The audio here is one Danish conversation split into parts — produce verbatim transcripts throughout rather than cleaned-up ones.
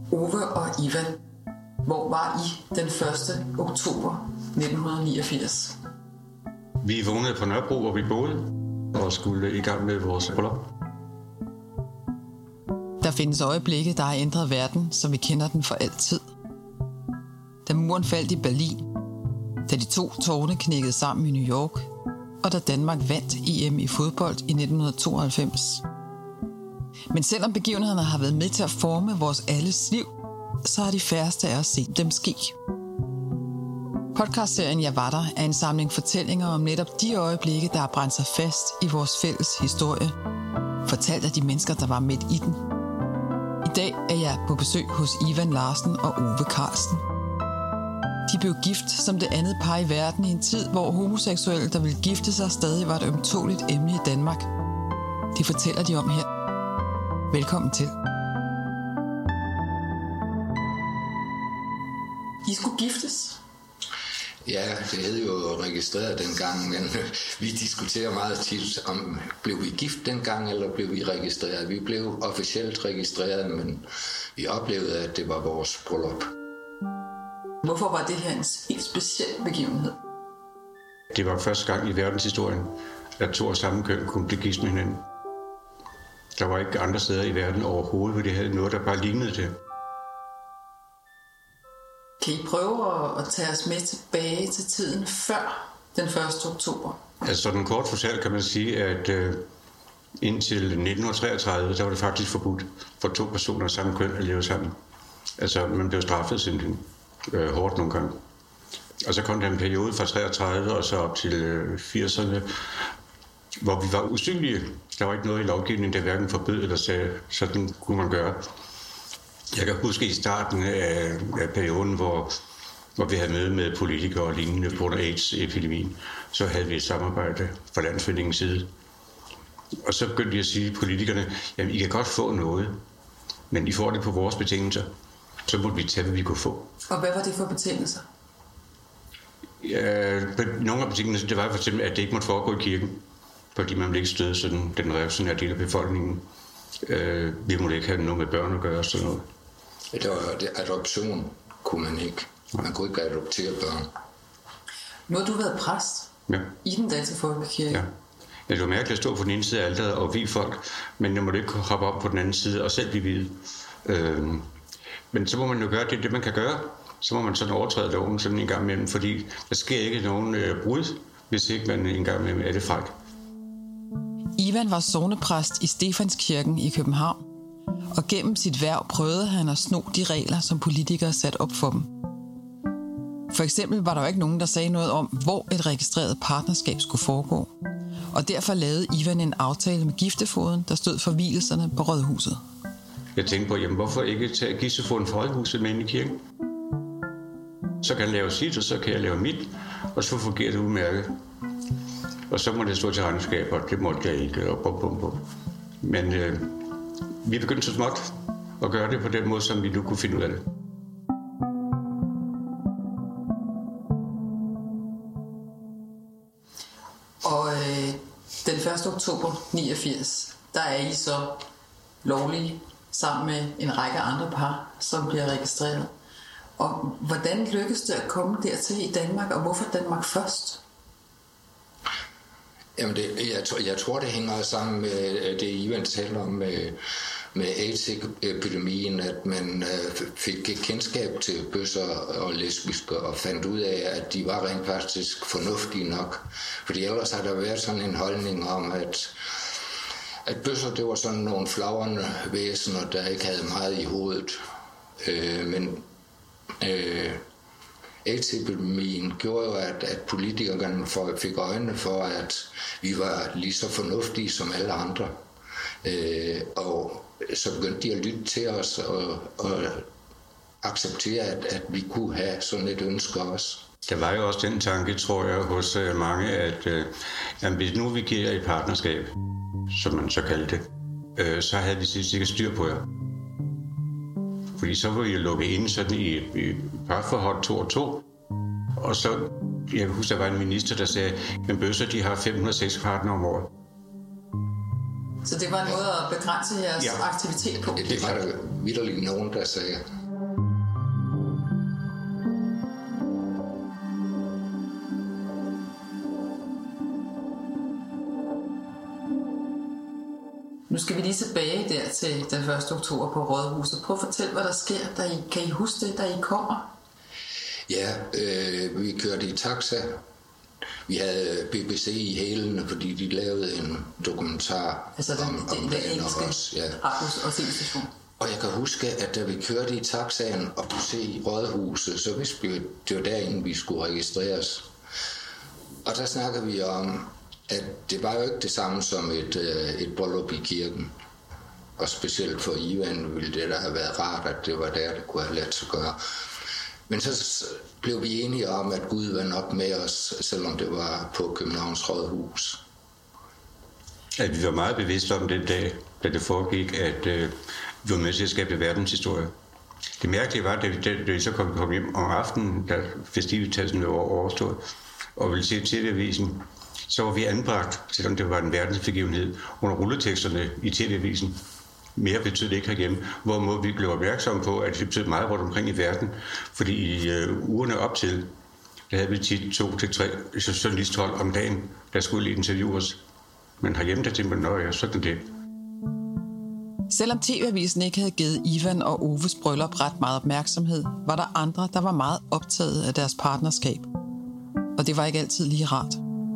Ove og Ivan, hvor var I den første oktober nitten niogfirs? Vi vågnede på Nørrebro, hvor vi boede, og skulle i gang med vores bryllup. Der findes øjeblikke, der har ændret verden, som vi kender den for altid. Da muren faldt i Berlin, da de to tårne knækkede sammen i New York, og da Danmark vandt E M i fodbold i nitten tooghalvfems. Men selvom begivenhederne har været med til at forme vores alles liv, så har de færreste af os set dem ske. Podcastserien Jeg var der er en samling fortællinger om netop de øjeblikke, der har brændt sig fast i vores fælles historie, fortalt af de mennesker, der var midt i den. I dag er jeg på besøg hos Ivan Larsen og Ove Carlsen. De blev gift som det andet par i verden i en tid, hvor homoseksuelle, der ville gifte sig, stadig var et ømtåligt emne i Danmark. Det fortæller de om her. Velkommen til. I skulle giftes? Ja, det hed jo registreret dengang, men vi diskuterer meget tit, om blev vi gift dengang, eller blev vi registreret. Vi blev officielt registreret, men vi oplevede, at det var vores bryllup. Hvorfor var det her en helt speciel begivenhed? Det var første gang i verdenshistorien, at to af samme køn kunne blive gift med hinanden. Der var ikke andre steder i verden overhovedet, hvor de havde noget, der bare lignede det. Kan I prøve at tage os med tilbage til tiden før den første oktober? Altså sådan kort fortalt kan man sige, at øh, indtil nitten treogtredive, der var det faktisk forbudt for to personer af samme køn at leve sammen. Altså man blev straffet simpelthen øh, hårdt nogle gange. Og så kom der en periode fra treogtredive og så op til øh, firserne, hvor vi var usynlige. Der var ikke noget i lovgivningen, der hverken forbød eller sagde, sådan kunne man gøre. Jeg kan huske i starten af, af perioden, hvor, hvor vi havde møde med politikere og lignende på AIDS-epidemien, så havde vi et samarbejde fra Landsforeningens side. Og så begyndte vi at sige til politikerne, jamen I kan godt få noget, men I får det på vores betingelser. Så måtte vi tage, hvad vi kunne få. Og hvad var det for betingelser? Ja, nogle af betingelserne, det var for eksempel, at det ikke måtte foregå i kirken, fordi man ville ikke støde sådan, den reaktionære del af befolkningen. Øh, vi måtte ikke have noget med børn at gøre og sådan noget. Det var det, adoption kunne man ikke. Man kunne ikke adoptere børn. Nu har du været præst ja. i den danske folkekirke. Ja. Ja, det var mærkeligt at stå på den ene side af alteret og vie folk, men jeg måtte ikke hoppe op på den anden side og selv blive viet. Øh, men så må man jo gøre det, det man kan gøre. Så må man sådan overtræde loven sådan en gang imellem, fordi der sker ikke nogen øh, brud, hvis ikke man en gang imellem er det fræk. Ivan var sognepræst i Stefanskirken i København, og gennem sit hverv prøvede han at sno de regler, som politikere satte op for dem. For eksempel var der jo ikke nogen, der sagde noget om, hvor et registreret partnerskab skulle foregå, og derfor lavede Ivan en aftale med giftefoden, der stod for vielserne på Rådhuset. Jeg tænkte på, jamen hvorfor ikke tage giftefoden fra Rådhuset med ind i kirken? Så kan han lave sit, og så kan jeg lave mit, og så fungerer det udmærket. Og så må det stå til regnskab, og det måtte jeg ikke, og bum, bum, bum. Men øh, vi begyndte så småt at gøre det på den måde, som vi nu kunne finde ud af det. Og øh, den første oktober niogfirs, der er I så lovlige sammen med en række andre par, som bliver registreret. Og hvordan lykkedes det at komme dertil i Danmark, og hvorfor Danmark først? Jamen det, jeg, tror, jeg tror, det hænger sammen med det, Ivan taler om med, med AIDS-epidemien, at man øh, fik kendskab til bøsser og lesbiske og fandt ud af, at de var rent faktisk fornuftige nok. Fordi ellers har der været sådan en holdning om, at, at bøsser, det var sådan nogle flagrende væsener, der ikke havde meget i hovedet. Øh, men øh, AIDS-epidemien gjorde jo, at, at politikerne fik øjnene for, at vi var lige så fornuftige som alle andre. Øh, og så begyndte de at lytte til os og, og acceptere, at, at vi kunne have sådan et ønske også. Der var jo også den tanke, tror jeg, hos mange, at øh, jamen, hvis nu vi giver et partnerskab, som man så kaldte det, øh, så havde vi sikkert styr på jer. Fordi så var vi jo lukket ind sådan i, i parforhold to og to. Og så, jeg husker, der var en minister, der sagde, at bøsser, de har fem hundrede og seks partnere om året. Så det var en måde at begrænse jeres ja. aktivitet på? Det var der vitterligt nogen, der sagde. Nu skal vi lige tilbage der til den første oktober på Rådhuset. Prøv at fortælle, hvad der sker. Da I, kan I huske det, da I kommer? Ja, øh, vi kørte i taxa. Vi havde B B C i hælene, fordi de lavede en dokumentar altså den, om, om den, den engelske os. Ja. radios- og tv-station. Og jeg kan huske, at da vi kørte i taxaen og kunne se i Rådhuset, så vidste vi, det var derinde, vi skulle registreres. Og der snakker vi om, at det var jo ikke det samme som et, et bryllup i kirken. Og specielt for Ivan ville det da have været rart, at det var der, det kunne have ladt sig gøre. Men så blev vi enige om, at Gud var nok med os, selvom det var på Københavns Rådhus. At vi var meget bevidste om den dag, da det foregik, at øh, vi var med til at skabe verdenshistorie. Det mærkelige var, da vi, da vi så kom, kom hjem om aftenen, da festivitasen var overstået, og ville se T V-avisen, så var vi anbragt, selvom det var en verdensbegivenhed, under rulleteksterne i T V-avisen. Mere betød det ikke herhjemme, hvorimod vi blev opmærksomme på, at det betød meget rundt omkring i verden. Fordi i øh, ugerne op til, der havde vi tit to til tre journalisthold om dagen, der skulle interviews. Men herhjemme, der tænkte man, nå ja, sådan det. Selvom T V-avisen ikke havde givet Ivan og Oves bryllup ret meget opmærksomhed, var der andre, der var meget optaget af deres partnerskab. Og det var ikke altid lige rart.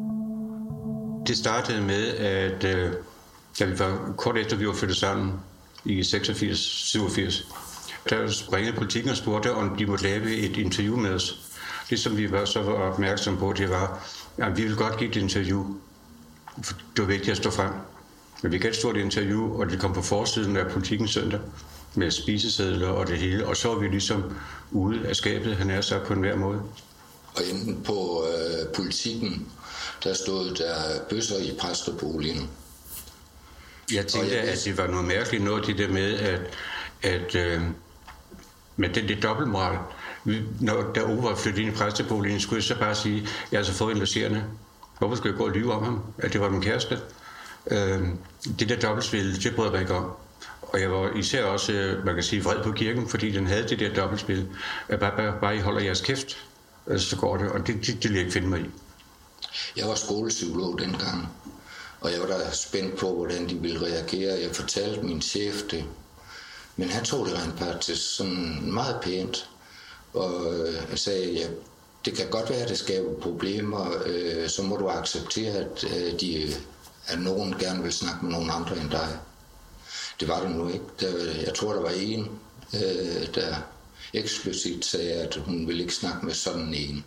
Det startede med, at øh, da vi var kort efter, vi var flyttet sammen i seksogfirs syvogfirs, der ringede Politikken og spurgte, om de måtte lave et interview med os. Det, som vi var så var opmærksomme på, det var, at vi ville godt give et interview. Det var vigtigt at stå frem. Men vi gav et stort interview, og det kom på forsiden af Politikken søndag med spisesedler og det hele. Og så var vi ligesom ude af skabet, han er så på enhver måde. Og enten på øh, Politikken, der stod der bøsser i præsteboligen. Jeg tænkte, jeg at det var noget mærkeligt noget, det der med, at, at øh, med den der dobbeltmoral. Når der Ove var flyttet ind i præsteboligen, skulle jeg så bare sige, at jeg har så fået en logerende. Hvorfor skulle jeg gå og lyve om ham, at det var min kæreste? Øh, det der dobbeltspil, det brød jeg mig ikke om. Og jeg var især også, man kan sige, vred på kirken, fordi den havde det der dobbeltspil. At bare, bare, bare I holder jeres kæft, så går det, og det, det, det vil jeg ikke finde mig i. Jeg var skolepsykolog dengang, og jeg var da spændt på, hvordan de ville reagere. Jeg fortalte min chef det, men han tog det rent faktisk sådan meget pænt, og jeg sagde, ja, det kan godt være, at det skaber problemer, øh, så må du acceptere, at, øh, de, at nogen gerne vil snakke med nogen andre end dig. Det var det nu ikke. Der, jeg tror, der var en, øh, der eksplicit sagde, at hun ville ikke snakke med sådan en.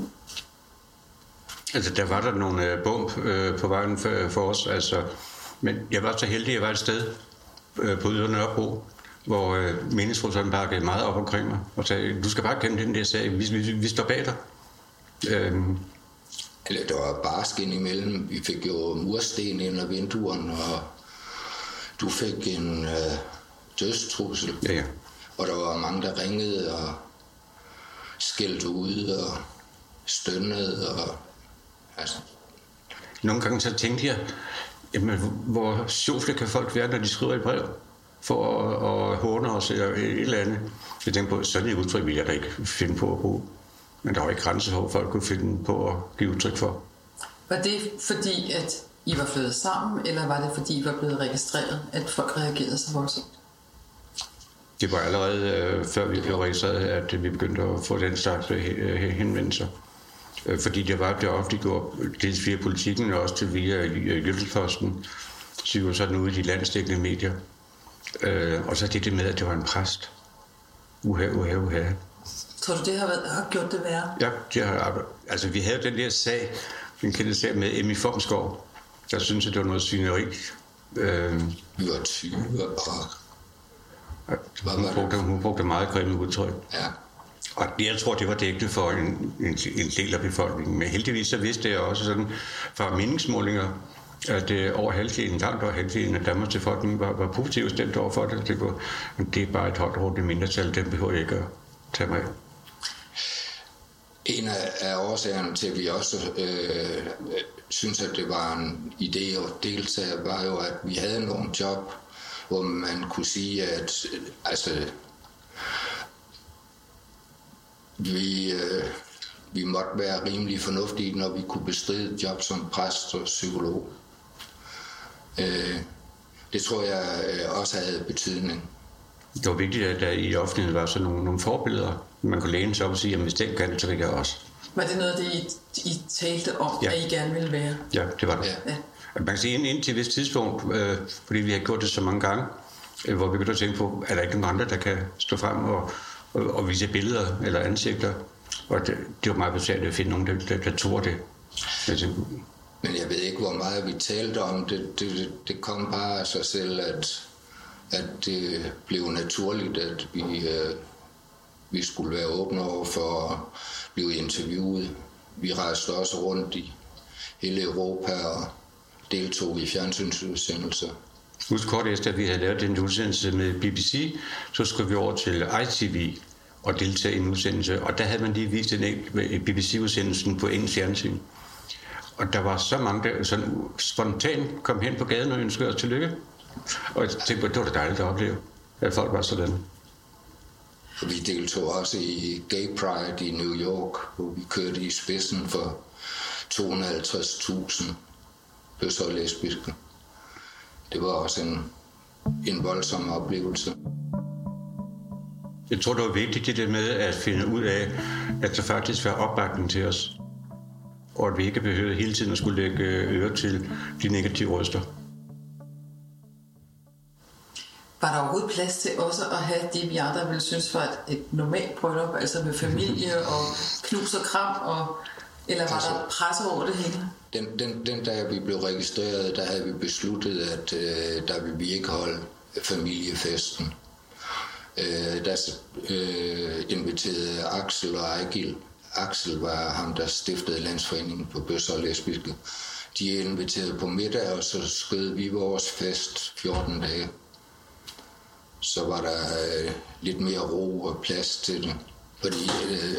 Altså, der var der nogle øh, bump øh, på vejen for, for os, altså, men jeg var så heldig, at jeg var et sted øh, på Ydre Nørrebro, hvor øh, menighedsrådsholden bakkede meget op omkring mig og sagde, du skal bare kende den der sag, vi, vi, vi står bag dig. Øhm. Eller der var bare skin imellem. Vi fik jo mursten ind ad vinduerne, og du fik en øh, dødstrussel. Ja, ja. Og der var mange, der ringede og skældte ud og stønnede. Og, altså. Nogle gange så tænkte jeg, jamen, hvor sjovt kan folk være, når de skriver et brev for at, at håne os eller et eller andet. Jeg tænkte på, sådan et udtryk ville jeg da ikke finde på at bruge. Men der var ikke grænser for, folk kunne finde på at give udtryk for. Var det fordi, at I var flyttet sammen, eller var det fordi, I var blevet registreret, at folk reagerede så voldsomt? Det var allerede øh, før vi blev registreret, at vi begyndte at få den slags øh, henvendelser. Øh, fordi det var blevet offentliggjort, dels via Politikken og også til via Jyllandsposten, så var sådan ude i de landsdækkende medier. Øh, og så det det med, at det var en præst. Uha, uha, uha. Tror du, det har, været, har gjort det værre? Ja, det har. Altså, vi havde den der sag, den kendte sag med Emmy Fomsgaard. Der synes jeg, det var noget svineri. Øh, vi var tyve og... Hun brugte, hun brugte meget grimme udtryk. Ja. Og jeg tror, det var dækkende for en, en, en del af befolkningen. Men heldigvis så vidste jeg også sådan fra meningsmålinger, at øh, over halvdelen, langt over halvdelen af Danmarks befolkning var, var positivt stemt over for det. Det, var, det er bare et højt mindretal, den behøver jeg ikke at tage mig af. En af, af årsagerne til, at vi også øh, synes, at det var en idé at deltage, var jo, at vi havde nogle job, hvor man kunne sige, at altså, vi, øh, vi måtte være rimelig fornuftige, når vi kunne bestride job som præst og psykolog. Øh, det tror jeg også havde betydning. Det var vigtigt, at der i offentligheden var sådan nogle, nogle forbilleder. Man kunne læne sig op og sige, at hvis den kan, så kan jeg også. Var det noget af det, I, I talte om, ja. At I gerne ville være? Ja, det var det. Ja. Man kan sige, ind til et vist tidspunkt, øh, fordi vi har gjort det så mange gange, øh, hvor vi begyndte at tænke på, er der ikke nogen andre, der kan stå frem og, og, og vise billeder eller ansigter. Og det, det var meget besværligt at finde nogen, der, der, der tog det. Altså, men jeg ved ikke, hvor meget vi talte om det. Det, det kom bare af sig selv, at, at det blev naturligt, at vi, øh, vi skulle være åbne over for at blive interviewet. Vi rejste også rundt i hele Europa og deltog i fjernsynsudsendelser. Husk kort efter, at vi havde lavet den udsendelse med B B C, så skulle vi over til I T V og deltage i en udsendelse. Og der havde man lige vist en B B C-udsendelsen på engelsk fjernsyn. Og der var så mange, der sådan spontant kom hen på gaden og ønskede os tillykke. Og jeg tænkte på, at det var da dejligt at opleve, at folk var sådan. Vi deltog også i Gay Pride i New York, hvor vi kørte i spidsen for to hundrede og halvtreds tusind bøsser og lesbiske. Det var også en, en voldsom oplevelse. Jeg tror, det var vigtigt det der med at finde ud af, at der faktisk var opbakning til os. Og at vi ikke behøvede hele tiden at skulle lægge øre til de negative røster. Var der overhovedet plads til også at have det, vi andre ville synes var et, et normalt bryllup, altså med familie og knus og kram, og, eller var altså, der pres over det hele? Den, den, den dag vi blev registreret, der havde vi besluttet, at øh, der ville vi ikke holde familiefesten. Øh, der øh, inviterede Axel og Ejgil. Axel var ham, der stiftede Landsforeningen på bøsser og lesbiske. De inviterede på middag, og så skød vi vores fest fjorten dage. Så var der øh, lidt mere ro og plads til det. Fordi øh,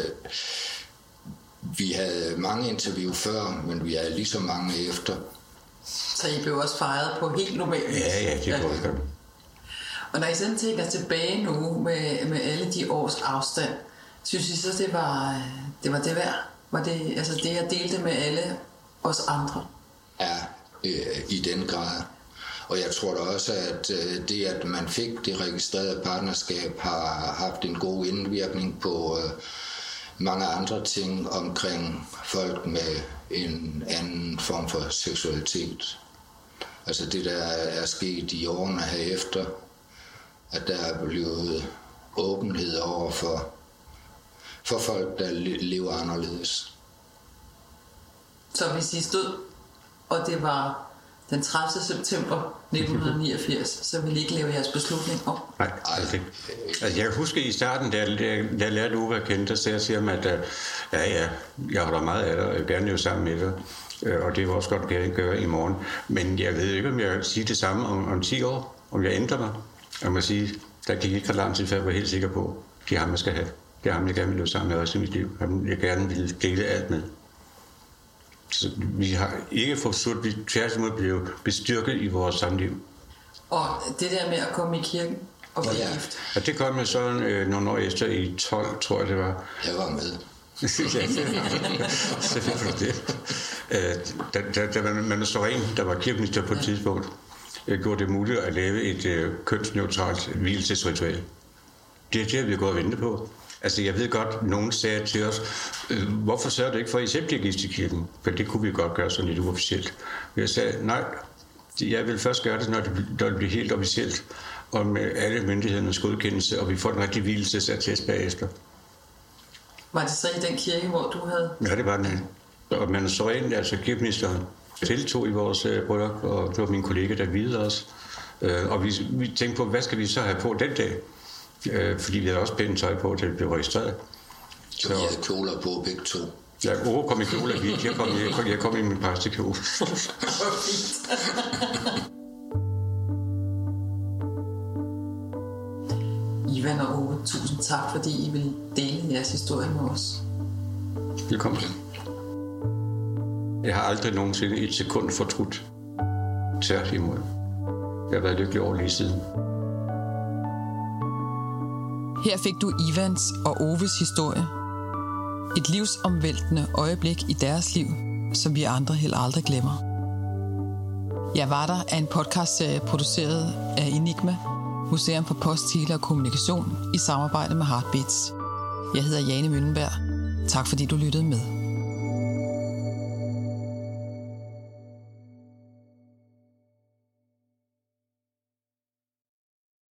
vi havde mange interview før, men vi havde lige så mange efter. Så I blev også fejret på helt normalt vis? Ja, ja, det går ja. Og når I sådan tænker tilbage nu med, med alle de års afstand, synes I så, det var det, var det værd? Var det, altså det, jeg delte med alle os andre? Ja, øh, i den grad. Og jeg tror da også, at øh, det, at man fik det registrerede partnerskab, har haft en god indvirkning på øh, mange andre ting omkring folk med en anden form for seksualitet. Altså det, der er sket i årene herefter, at der er blevet åbenhed over for, for folk, der lever anderledes. Så hvis I stod, og det var den tredivte september nitten niogfirs, så ville I ikke lave jeres beslutning om? Nej, altså, altså jeg husker i starten, da jeg, da jeg lærte Uwe at kende, der sagde jeg til ham, at ja, ja, jeg holder meget af dig, og jeg vil gerne leve sammen med dig, og det vil også godt gerne gøre i morgen. Men jeg ved ikke, om jeg vil sige det samme om, om ti år, om jeg ændrer mig. Jeg må sige, der gik ikke ret lang tid, før jeg var helt sikker på, at det er ham, jeg skal have. Det er ham, jeg gerne vil leve sammen med også i mit liv. Ham, jeg gerne vil dele alt med. Så vi har ikke forstået, vi tværtimod blev bestyrket i vores samliv. Og det der med at komme i kirken og blive ja. gift? Og det kom med sådan øh, nogle år efter i tolv, tror jeg det var. Jeg var med. ja, selvfølgelig det. Øh, da, da, da man så en, der var kirkeminister på et tidspunkt, øh, gjorde det muligt at lave et øh, kønsneutralt hvilesesritual. Det er det, vi går og vente på. Altså, jeg ved godt, nogen sagde til os, øh, hvorfor sørger du ikke for, at I selv bliver gift i kirken? For det kunne vi godt gøre sådan lidt uofficielt. Men jeg sagde, nej, jeg vil først gøre det, når det, når det bliver helt officielt, og med alle myndighedernes godkendelse, og vi får en rigtig hvilesesattest bagefter. Var det så i den kirke, hvor du havde? Ja, det var den. Og man så en, altså kirkeministeren, deltog i vores øh, bryllup, og det var min kollega, der videde os. Øh, og vi, vi tænkte på, hvad skal vi så have på den dag? Øh, fordi vi havde også pænt tøj på, til det blev registreret. Så vi havde kjoler på begge to. Ja, Ove kom i kjole af hvidt. Jeg kom, jeg, jeg kom i min præstekjole. Ivan og Ove, tusind tak, fordi I vil dele jeres historie med os. Velkommen. Jeg har aldrig nogensinde et sekund fortrudt. Tværtimod. Jeg har været lykkelig over lige siden. Her fik du Ivans og Oves historie. Et livsomvæltende øjeblik i deres liv, som vi andre heller aldrig glemmer. Jeg var der er en podcastserie produceret af Enigma, Museum for Post, Tele og Kommunikation, i samarbejde med Heartbeats. Jeg hedder Jane Møllenberg. Tak fordi du lyttede med.